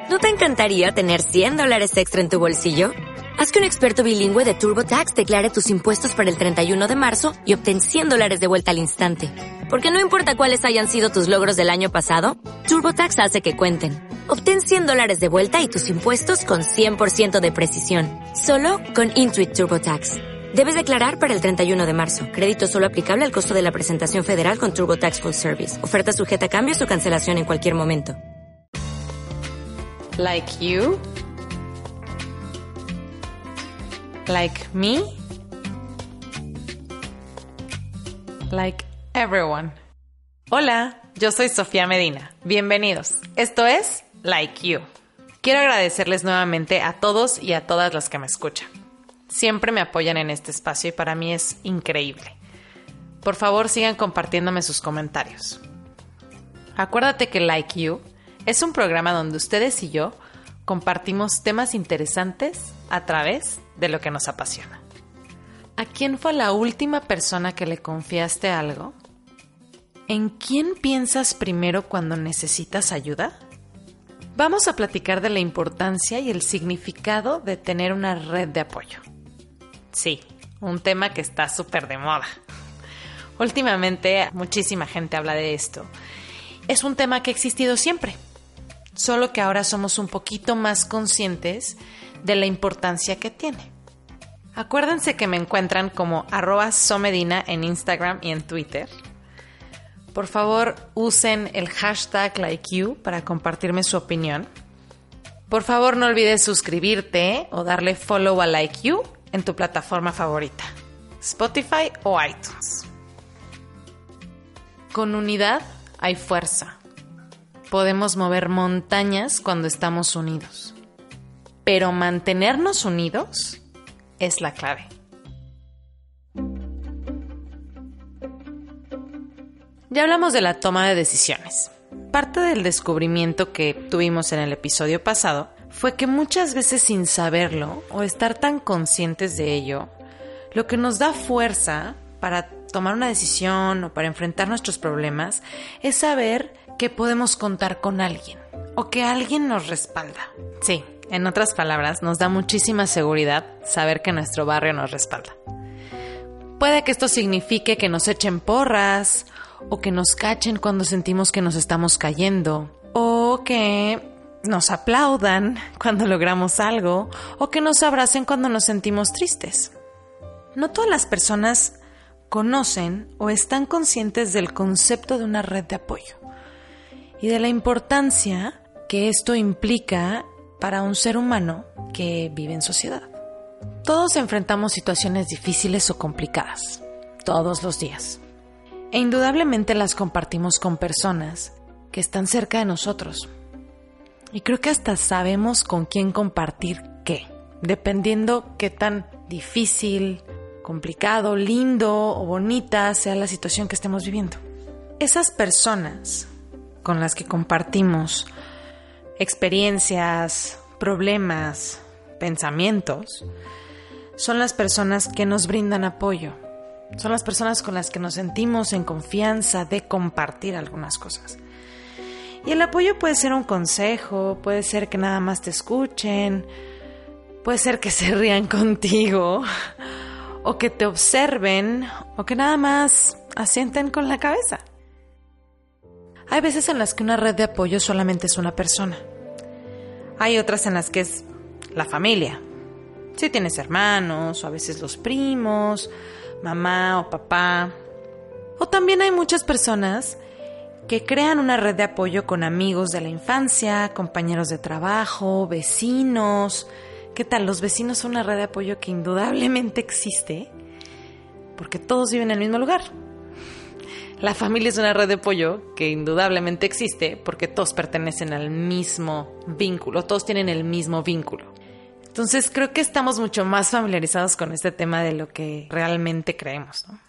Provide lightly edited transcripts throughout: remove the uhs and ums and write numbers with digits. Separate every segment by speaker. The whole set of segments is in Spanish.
Speaker 1: ¿No te encantaría tener $100 extra en tu bolsillo? Haz que un experto bilingüe de TurboTax declare tus impuestos para el 31 de marzo y obtén $100 de vuelta al instante. Porque no importa cuáles hayan sido tus logros del año pasado, TurboTax hace que cuenten. Obtén $100 de vuelta y tus impuestos con 100% de precisión. Solo con Intuit TurboTax. Debes declarar para el 31 de marzo. Crédito solo aplicable al costo de la presentación federal con TurboTax Full Service. Oferta sujeta a cambios o cancelación en cualquier momento.
Speaker 2: Like you? Like me? Like everyone. Hola, yo soy Sofía Medina. Bienvenidos. Esto es Like You. Quiero agradecerles nuevamente a todos y a todas las que me escuchan. Siempre me apoyan en este espacio y para mí es increíble. Por favor, sigan compartiéndome sus comentarios. Acuérdate que Like You es un programa donde ustedes y yo compartimos temas interesantes a través de lo que nos apasiona. ¿A quién fue la última persona que le confiaste algo? ¿En quién piensas primero cuando necesitas ayuda? Vamos a platicar de la importancia y el significado de tener una red de apoyo. Sí, un tema que está súper de moda. Últimamente muchísima gente habla de esto. Es un tema que ha existido siempre, solo que ahora somos un poquito más conscientes de la importancia que tiene. Acuérdense que me encuentran como @somedina en Instagram y en Twitter. Por favor, usen el hashtag LikeYou para compartirme su opinión. Por favor, no olvides suscribirte o darle follow a LikeYou en tu plataforma favorita, Spotify o iTunes. Con unidad hay fuerza. Podemos mover montañas cuando estamos unidos. Pero mantenernos unidos es la clave. Ya hablamos de la toma de decisiones. Parte del descubrimiento que tuvimos en el episodio pasado fue que muchas veces sin saberlo o estar tan conscientes de ello, lo que nos da fuerza para tomar una decisión o para enfrentar nuestros problemas es saber que podemos contar con alguien o que alguien nos respalda. Sí, en otras palabras, nos da muchísima seguridad saber que nuestro barrio nos respalda. Puede que esto signifique que nos echen porras o que nos cachen cuando sentimos que nos estamos cayendo o que nos aplaudan cuando logramos algo o que nos abracen cuando nos sentimos tristes. No todas las personas conocen o están conscientes del concepto de una red de apoyo y de la importancia que esto implica para un ser humano que vive en sociedad. Todos enfrentamos situaciones difíciles o complicadas, todos los días. E indudablemente las compartimos con personas que están cerca de nosotros. Y creo que hasta sabemos con quién compartir qué, dependiendo qué tan difícil, complicado, lindo o bonita sea la situación que estemos viviendo. Esas personas con las que compartimos experiencias, problemas, pensamientos, son las personas que nos brindan apoyo. Son las personas con las que nos sentimos en confianza de compartir algunas cosas. Y el apoyo puede ser un consejo, puede ser que nada más te escuchen, puede ser que se rían contigo, o que te observen, o que nada más asienten con la cabeza. Hay veces en las que una red de apoyo solamente es una persona. Hay otras en las que es la familia. Si tienes hermanos, o a veces los primos, mamá o papá. O también hay muchas personas que crean una red de apoyo con amigos de la infancia, compañeros de trabajo, vecinos. ¿Qué tal? Los vecinos son una red de apoyo que indudablemente existe porque todos viven en el mismo lugar. La familia es una red de apoyo que indudablemente existe porque todos pertenecen al mismo vínculo, todos tienen el mismo vínculo. Entonces creo que estamos mucho más familiarizados con este tema de lo que realmente creemos, ¿no?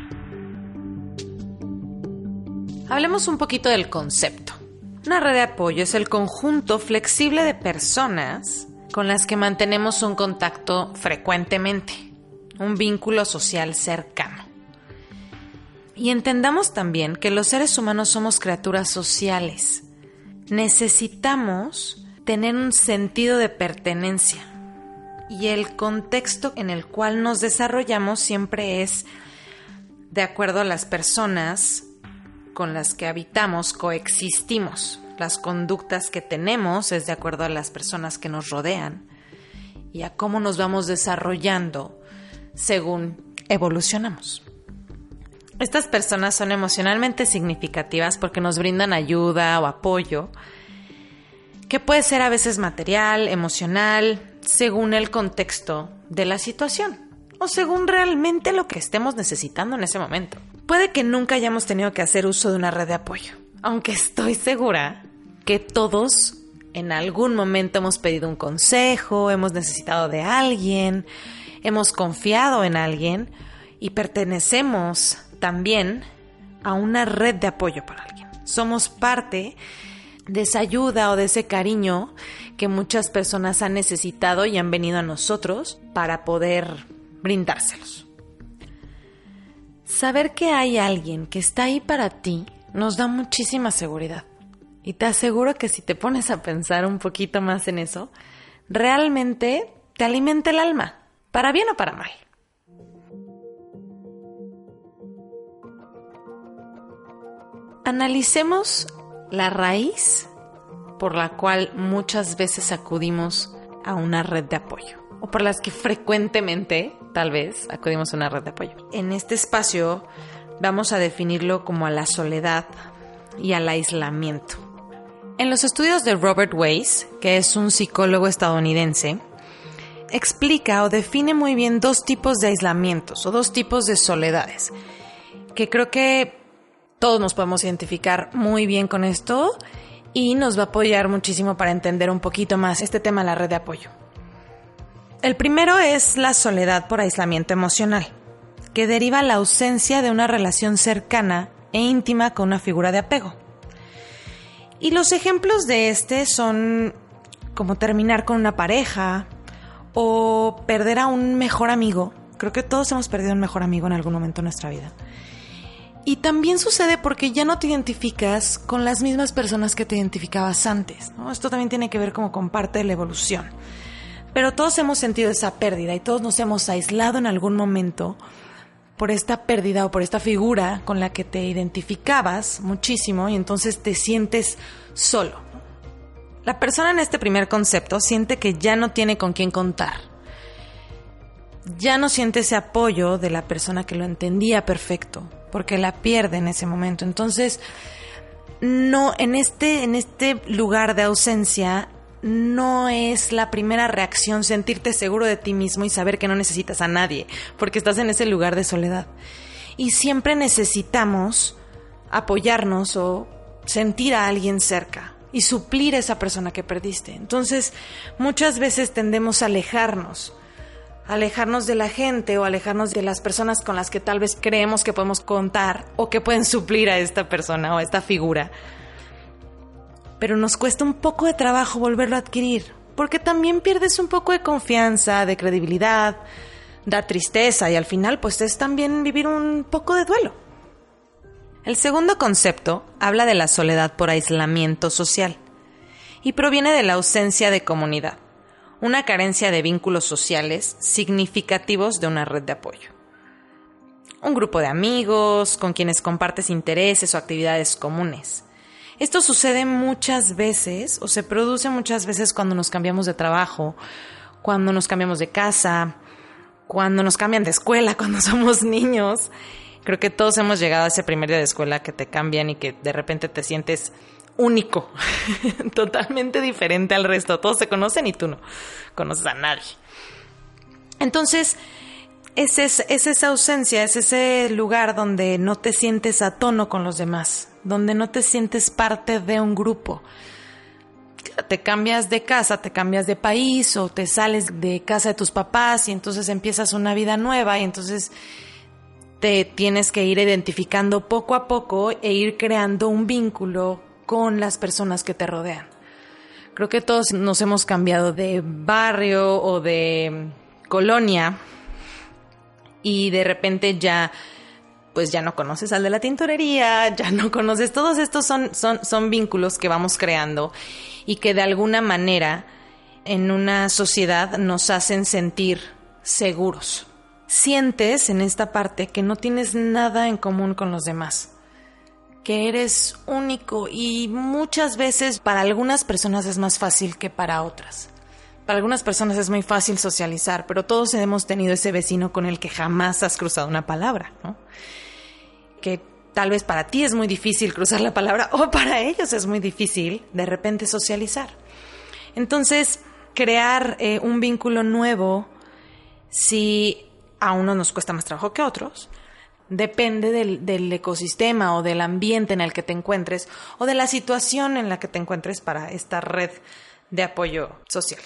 Speaker 2: Hablemos un poquito del concepto. Una red de apoyo es el conjunto flexible de personas con las que mantenemos un contacto frecuentemente, un vínculo social cercano. Y entendamos también que los seres humanos somos criaturas sociales. Necesitamos tener un sentido de pertenencia. Y el contexto en el cual nos desarrollamos siempre es de acuerdo a las personas con las que habitamos, coexistimos. Las conductas que tenemos es de acuerdo a las personas que nos rodean y a cómo nos vamos desarrollando según evolucionamos. Estas personas son emocionalmente significativas porque nos brindan ayuda o apoyo, que puede ser a veces material, emocional, según el contexto de la situación o según realmente lo que estemos necesitando en ese momento. Puede que nunca hayamos tenido que hacer uso de una red de apoyo, aunque estoy segura que todos en algún momento hemos pedido un consejo, hemos necesitado de alguien, hemos confiado en alguien y pertenecemos también a una red de apoyo para alguien. Somos parte de esa ayuda o de ese cariño que muchas personas han necesitado y han venido a nosotros para poder brindárselos. Saber que hay alguien que está ahí para ti nos da muchísima seguridad. Y te aseguro que si te pones a pensar un poquito más en eso, realmente te alimenta el alma, para bien o para mal. Analicemos la raíz por la cual muchas veces acudimos a una red de apoyo, o por las que frecuentemente, tal vez, acudimos a una red de apoyo. En este espacio vamos a definirlo como a la soledad y al aislamiento. En los estudios de Robert Weiss, que es un psicólogo estadounidense, explica o define muy bien dos tipos de aislamientos o dos tipos de soledades, que creo que todos nos podemos identificar muy bien con esto y nos va a apoyar muchísimo para entender un poquito más este tema de la red de apoyo. El primero es la soledad por aislamiento emocional, que deriva la ausencia de una relación cercana e íntima con una figura de apego. Y los ejemplos de este son como terminar con una pareja o perder a un mejor amigo. Creo que todos hemos perdido un mejor amigo en algún momento de nuestra vida. Y también sucede porque ya no te identificas con las mismas personas que te identificabas antes, ¿no? Esto también tiene que ver como con parte de la evolución. Pero todos hemos sentido esa pérdida y todos nos hemos aislado en algún momento por esta pérdida o por esta figura con la que te identificabas muchísimo y entonces te sientes solo. La persona en este primer concepto siente que ya no tiene con quién contar. Ya no siente ese apoyo de la persona que lo entendía perfecto, porque la pierde en ese momento. Entonces, no, en este lugar de ausencia, no es la primera reacción sentirte seguro de ti mismo y saber que no necesitas a nadie, porque estás en ese lugar de soledad. Y siempre necesitamos apoyarnos o sentir a alguien cerca y suplir a esa persona que perdiste. Entonces, muchas veces tendemos a alejarnos de la gente o alejarnos de las personas con las que tal vez creemos que podemos contar o que pueden suplir a esta persona o a esta figura. Pero nos cuesta un poco de trabajo volverlo a adquirir, porque también pierdes un poco de confianza, de credibilidad, da tristeza y al final pues es también vivir un poco de duelo. El segundo concepto habla de la soledad por aislamiento social y proviene de la ausencia de comunidad, una carencia de vínculos sociales significativos de una red de apoyo. Un grupo de amigos con quienes compartes intereses o actividades comunes. Esto sucede muchas veces o se produce muchas veces cuando nos cambiamos de trabajo, cuando nos cambiamos de casa, cuando nos cambian de escuela, cuando somos niños. Creo que todos hemos llegado a ese primer día de escuela que te cambian y que de repente te sientes único, totalmente diferente al resto. Todos se conocen y tú no conoces a nadie. Entonces, es esa ausencia, es ese lugar donde no te sientes a tono con los demás, donde no te sientes parte de un grupo. Te cambias de casa, te cambias de país o te sales de casa de tus papás y entonces empiezas una vida nueva y entonces te tienes que ir identificando poco a poco e ir creando un vínculo con las personas que te rodean. Creo que todos nos hemos cambiado de barrio o de colonia y de repente ya pues ya no conoces al de la tintorería, ya no conoces, todos estos son vínculos que vamos creando y que de alguna manera en una sociedad nos hacen sentir seguros. Sientes en esta parte que no tienes nada en común con los demás, que eres único y muchas veces para algunas personas es más fácil que para otras. Para algunas personas es muy fácil socializar, pero todos hemos tenido ese vecino con el que jamás has cruzado una palabra, ¿no? Que tal vez para ti es muy difícil cruzar la palabra o para ellos es muy difícil de repente socializar. Entonces, crear un vínculo nuevo, si a unos nos cuesta más trabajo que a otros, depende del ecosistema o del ambiente en el que te encuentres o de la situación en la que te encuentres para esta red de apoyo social.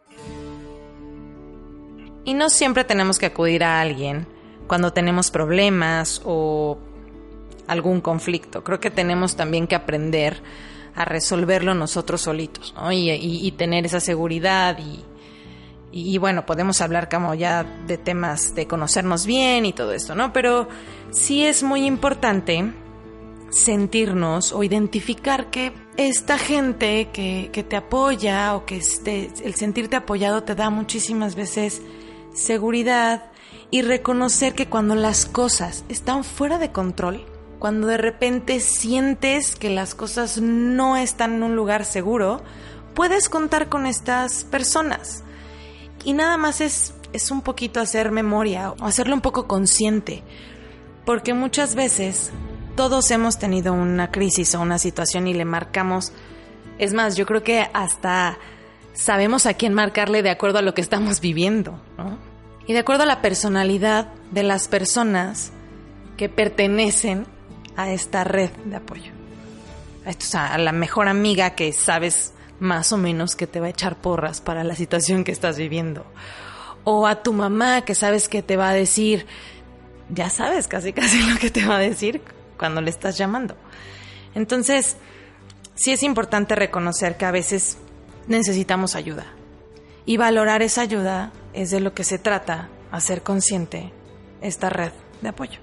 Speaker 2: Y no siempre tenemos que acudir a alguien cuando tenemos problemas o algún conflicto. Creo que tenemos también que aprender a resolverlo nosotros solitos, ¿no? Y tener esa seguridad y bueno, podemos hablar como ya de temas de conocernos bien y todo esto, ¿no? Pero sí es muy importante sentirnos o identificar que esta gente que te apoya o que el sentirte apoyado te da muchísimas veces seguridad y reconocer que cuando las cosas están fuera de control, cuando de repente sientes que las cosas no están en un lugar seguro, puedes contar con estas personas. Y nada más es un poquito hacer memoria o hacerlo un poco consciente, porque muchas veces todos hemos tenido una crisis o una situación y le marcamos. Es más, yo creo que hasta sabemos a quién marcarle de acuerdo a lo que estamos viviendo, ¿no? Y de acuerdo a la personalidad de las personas que pertenecen a esta red de apoyo. A la mejor amiga que sabes más o menos que te va a echar porras para la situación que estás viviendo. O a tu mamá que sabes que te va a decir, ya sabes casi lo que te va a decir cuando le estás llamando. Entonces, sí es importante reconocer que a veces necesitamos ayuda. Y valorar esa ayuda es de lo que se trata, hacer consciente esta red de apoyo.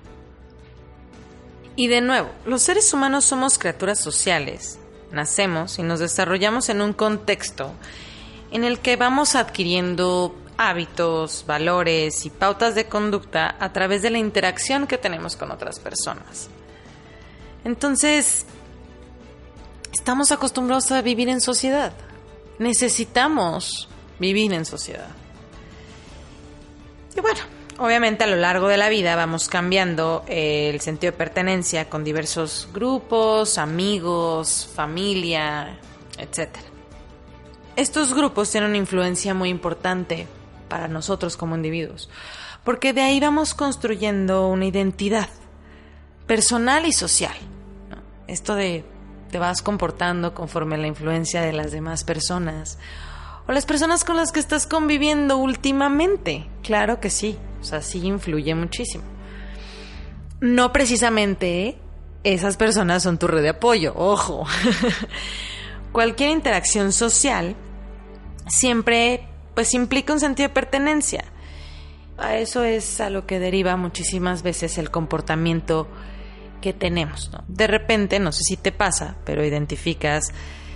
Speaker 2: Y de nuevo, los seres humanos somos criaturas sociales. Nacemos y nos desarrollamos en un contexto en el que vamos adquiriendo hábitos, valores y pautas de conducta a través de la interacción que tenemos con otras personas. Entonces, estamos acostumbrados a vivir en sociedad. Necesitamos vivir en sociedad. Y bueno, obviamente a lo largo de la vida vamos cambiando el sentido de pertenencia con diversos grupos, amigos, familia, etc. Estos grupos tienen una influencia muy importante para nosotros como individuos, porque de ahí vamos construyendo una identidad personal y social, ¿no? Esto de te vas comportando conforme a la influencia de las demás personas o las personas con las que estás conviviendo últimamente. Claro que sí, o sea, sí influye muchísimo. No precisamente esas personas son tu red de apoyo, ojo. Cualquier interacción social siempre pues implica un sentido de pertenencia. A eso es a lo que deriva muchísimas veces el comportamiento que tenemos, ¿no? De repente, no sé si te pasa, pero identificas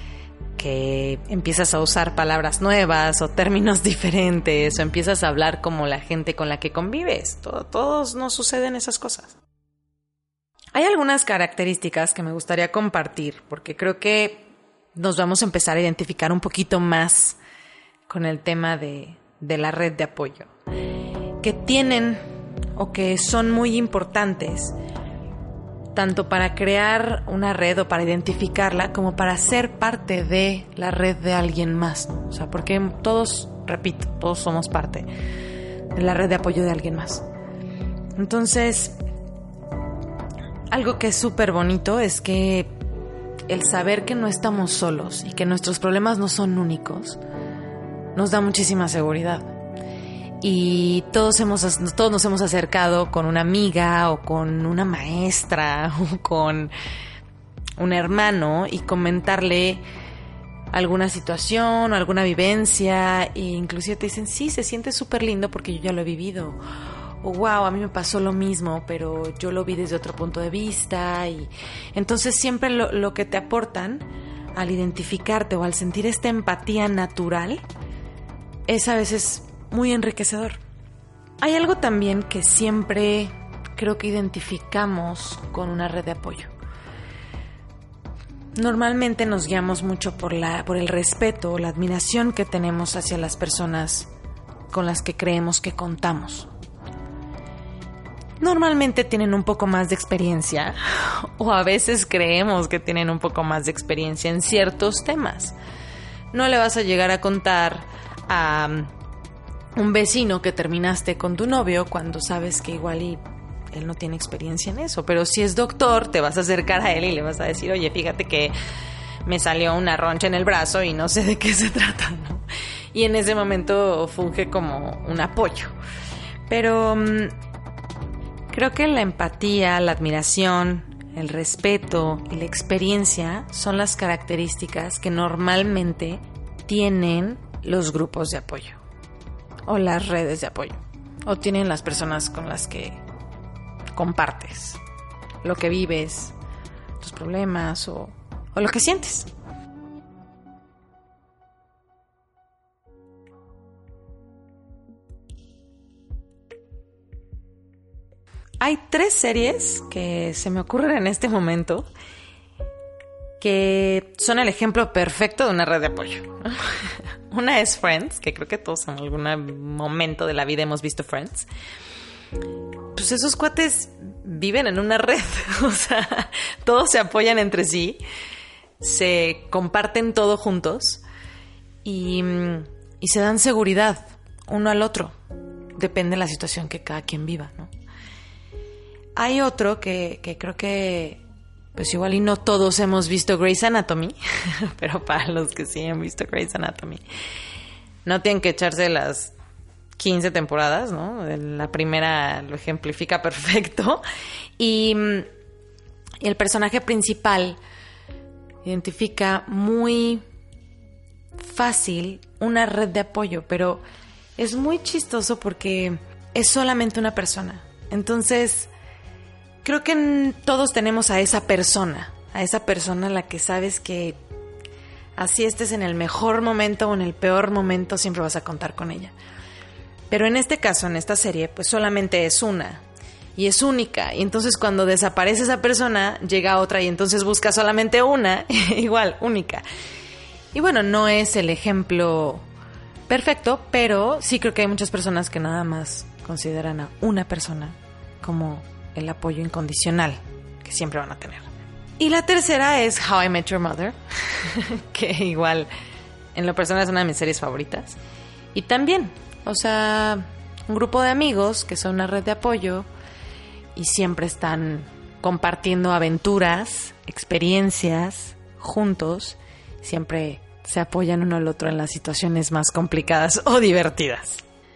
Speaker 2: que empiezas a usar palabras nuevas o términos diferentes o empiezas a hablar como la gente con la que convives. Todos nos suceden esas cosas. Hay algunas características que me gustaría compartir porque creo que nos vamos a empezar a identificar un poquito más con el tema de la red de apoyo, que tienen o que son muy importantes tanto para crear una red o para identificarla como para ser parte de la red de alguien más, ¿no? O sea, porque todos, repito, todos somos parte de la red de apoyo de alguien más. Entonces, algo que es súper bonito es que el saber que no estamos solos y que nuestros problemas no son únicos nos da muchísima seguridad. Y todos nos hemos acercado con una amiga o con una maestra o con un hermano y comentarle alguna situación o alguna vivencia e inclusive te dicen, sí, se siente súper lindo porque yo ya lo he vivido. o wow, a mí me pasó lo mismo, pero yo lo vi desde otro punto de vista. Y entonces siempre lo que te aportan al identificarte o al sentir esta empatía natural es a veces muy enriquecedor. Hay algo también que siempre creo que identificamos con una red de apoyo. Normalmente nos guiamos mucho por el respeto o la admiración que tenemos hacia las personas con las que creemos que contamos. Normalmente tienen un poco más de experiencia, o a veces creemos que tienen un poco más de experiencia en ciertos temas. No le vas a llegar a contar a un vecino que terminaste con tu novio cuando sabes que igual y él no tiene experiencia en eso, pero si es doctor te vas a acercar a él y le vas a decir, oye, fíjate que me salió una roncha en el brazo y no sé de qué se trata, ¿no? Y en ese momento funge como un apoyo. Pero creo que la empatía, la admiración, el respeto y la experiencia son las características que normalmente tienen los grupos de apoyo o las redes de apoyo, o tienen las personas con las que compartes lo que vives, tus problemas o lo que sientes. Hay 3 series que se me ocurren en este momento que son el ejemplo perfecto de una red de apoyo. Una es Friends, que creo que todos en algún momento de la vida hemos visto Friends. Pues esos cuates viven en una red, o sea, todos se apoyan entre sí, se comparten todo juntos y se dan seguridad uno al otro. Depende de la situación que cada quien viva, ¿no? Hay otro que creo que pues igual y no todos hemos visto Grey's Anatomy, pero para los que sí han visto Grey's Anatomy, no tienen que echarse las 15 temporadas, ¿no? La primera lo ejemplifica perfecto. Y el personaje principal identifica muy fácil una red de apoyo, pero es muy chistoso porque es solamente una persona. Entonces, creo que todos tenemos a esa persona a la que sabes que así estés en el mejor momento o en el peor momento, siempre vas a contar con ella. Pero en este caso, en esta serie, pues solamente es una y es única. Y entonces cuando desaparece esa persona, llega otra y entonces busca solamente una, igual, única. Y bueno, no es el ejemplo perfecto, pero sí creo que hay muchas personas que nada más consideran a una persona como el apoyo incondicional que siempre van a tener. Y la tercera es How I Met Your Mother, que igual en lo personal es una de mis series favoritas. Y también, o sea, un grupo de amigos que son una red de apoyo y siempre están compartiendo aventuras, experiencias juntos, siempre se apoyan uno al otro en las situaciones más complicadas o divertidas.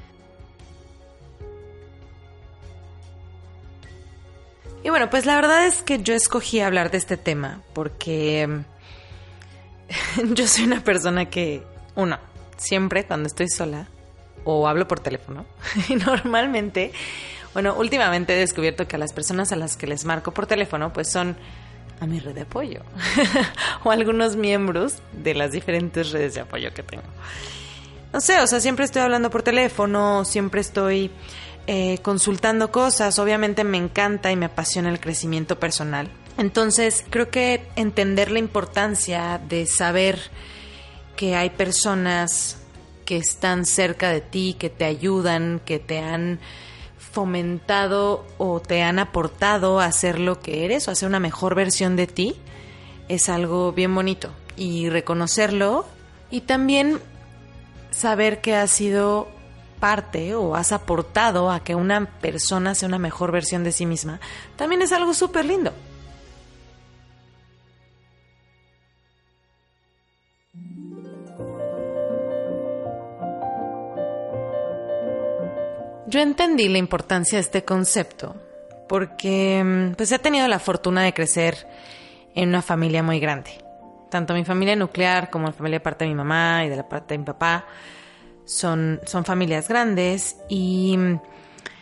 Speaker 2: Y bueno, pues la verdad es que yo escogí hablar de este tema porque yo soy una persona que, siempre cuando estoy sola o hablo por teléfono, y normalmente, bueno, últimamente he descubierto que a las personas a las que les marco por teléfono, pues son a mi red de apoyo o algunos miembros de las diferentes redes de apoyo que tengo. No sé, o sea, siempre estoy hablando por teléfono, siempre estoy consultando cosas. Obviamente me encanta y me apasiona el crecimiento personal. Entonces creo que entender la importancia de saber que hay personas que están cerca de ti, que te ayudan, que te han fomentado o te han aportado a ser lo que eres o a ser una mejor versión de ti, es algo bien bonito. Y reconocerlo y también saber que has sido parte o has aportado a que una persona sea una mejor versión de sí misma, también es algo súper lindo. Yo entendí la importancia de este concepto porque pues he tenido la fortuna de crecer en una familia muy grande. Tanto mi familia nuclear como la familia de parte de mi mamá y de la parte de mi papá son familias grandes y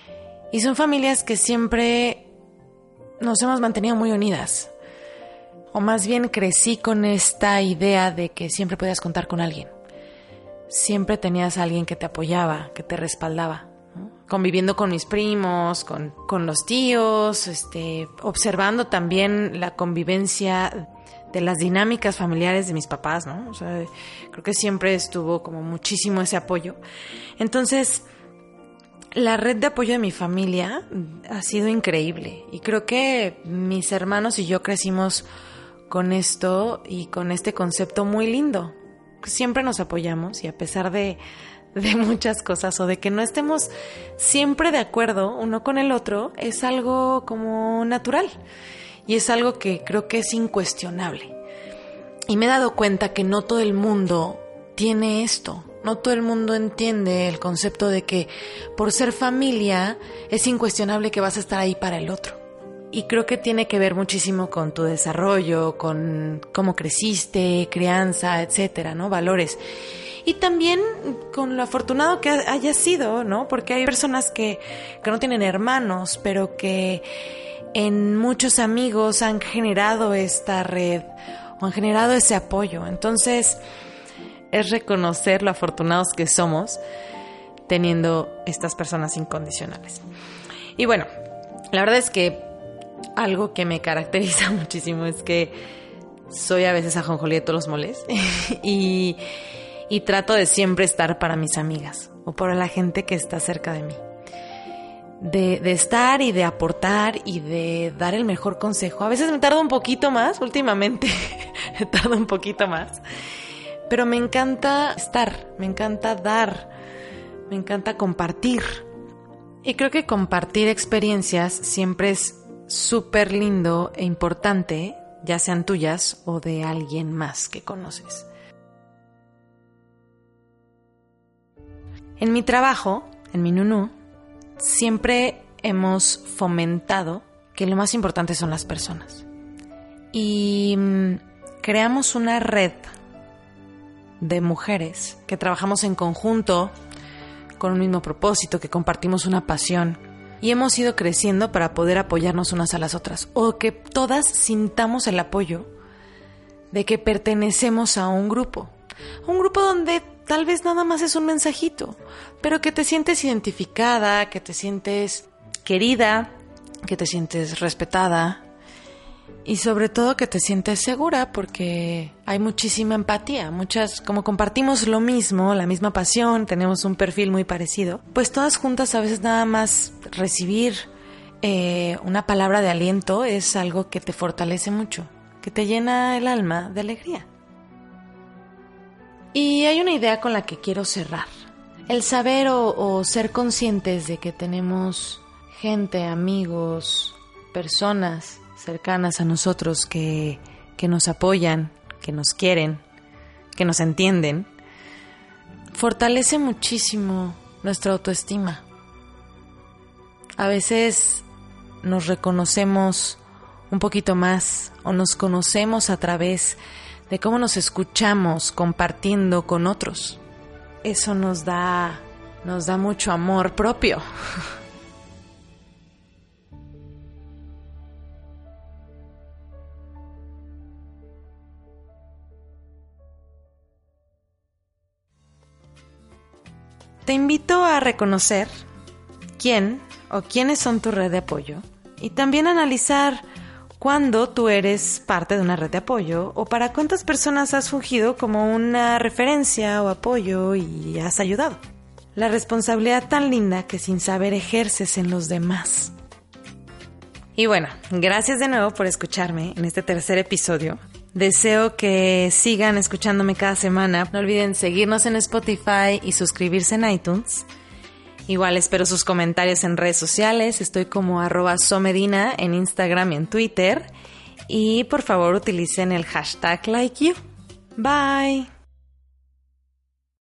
Speaker 2: Y son familias que siempre nos hemos mantenido muy unidas. O más bien crecí con esta idea de que siempre podías contar con alguien. Siempre tenías a alguien que te apoyaba, que te respaldaba, ¿no? Conviviendo con mis primos, con los tíos, observando también la convivencia de las dinámicas familiares de mis papás, ¿no? O sea, creo que siempre estuvo como muchísimo ese apoyo. Entonces, la red de apoyo de mi familia ha sido increíble. Y creo que mis hermanos y yo crecimos con esto y con este concepto muy lindo. Siempre nos apoyamos y a pesar de muchas cosas o de que no estemos siempre de acuerdo uno con el otro, es algo como natural y es algo que creo que es incuestionable. Y me he dado cuenta que no todo el mundo tiene esto, no todo el mundo entiende el concepto de que por ser familia es incuestionable que vas a estar ahí para el otro. Y creo que tiene que ver muchísimo con tu desarrollo, con cómo creciste, crianza, etcétera, ¿no? Valores. Y también con lo afortunado que hayas sido, ¿no? Porque hay personas que no tienen hermanos, pero que en muchos amigos han generado esta red o han generado ese apoyo. Entonces, es reconocer lo afortunados que somos teniendo estas personas incondicionales. Y bueno, la verdad es que algo que me caracteriza muchísimo es que soy a veces ajonjolí de todos los moles y trato de siempre estar para mis amigas o para la gente que está cerca de mí. De estar y de aportar y de dar el mejor consejo. A veces me tardo un poquito más, últimamente me tardo un poquito más, pero me encanta estar, me encanta dar, me encanta compartir. Y creo que compartir experiencias siempre es súper lindo e importante, ya sean tuyas o de alguien más que conoces. En mi trabajo, en mi nunú, siempre hemos fomentado que lo más importante son las personas. Y creamos una red de mujeres que trabajamos en conjunto con un mismo propósito, que compartimos una pasión. Y hemos ido creciendo para poder apoyarnos unas a las otras. O que todas sintamos el apoyo de que pertenecemos a un grupo. Un grupo donde tal vez nada más es un mensajito, pero que te sientes identificada, que te sientes querida, que te sientes respetada y sobre todo que te sientes segura porque hay muchísima empatía. Como compartimos lo mismo, la misma pasión, tenemos un perfil muy parecido, pues todas juntas a veces nada más recibir una palabra de aliento es algo que te fortalece mucho, que te llena el alma de alegría. Y hay una idea con la que quiero cerrar. El saber o ser conscientes de que tenemos gente, amigos, personas cercanas a nosotros que nos apoyan, que nos quieren, que nos entienden, fortalece muchísimo nuestra autoestima. A veces nos reconocemos un poquito más o nos conocemos a través de cómo nos escuchamos compartiendo con otros. Eso nos da mucho amor propio. Te invito a reconocer quién o quiénes son tu red de apoyo y también analizar cuándo tú eres parte de una red de apoyo o para cuántas personas has fungido como una referencia o apoyo y has ayudado. La responsabilidad tan linda que sin saber ejerces en los demás. Y bueno, gracias de nuevo por escucharme en este tercer episodio. Deseo que sigan escuchándome cada semana. No olviden seguirnos en Spotify y suscribirse en iTunes. Igual espero sus comentarios en redes sociales. Estoy como @somedina en Instagram y en Twitter. Y por favor utilicen el hashtag LikeYou. Bye.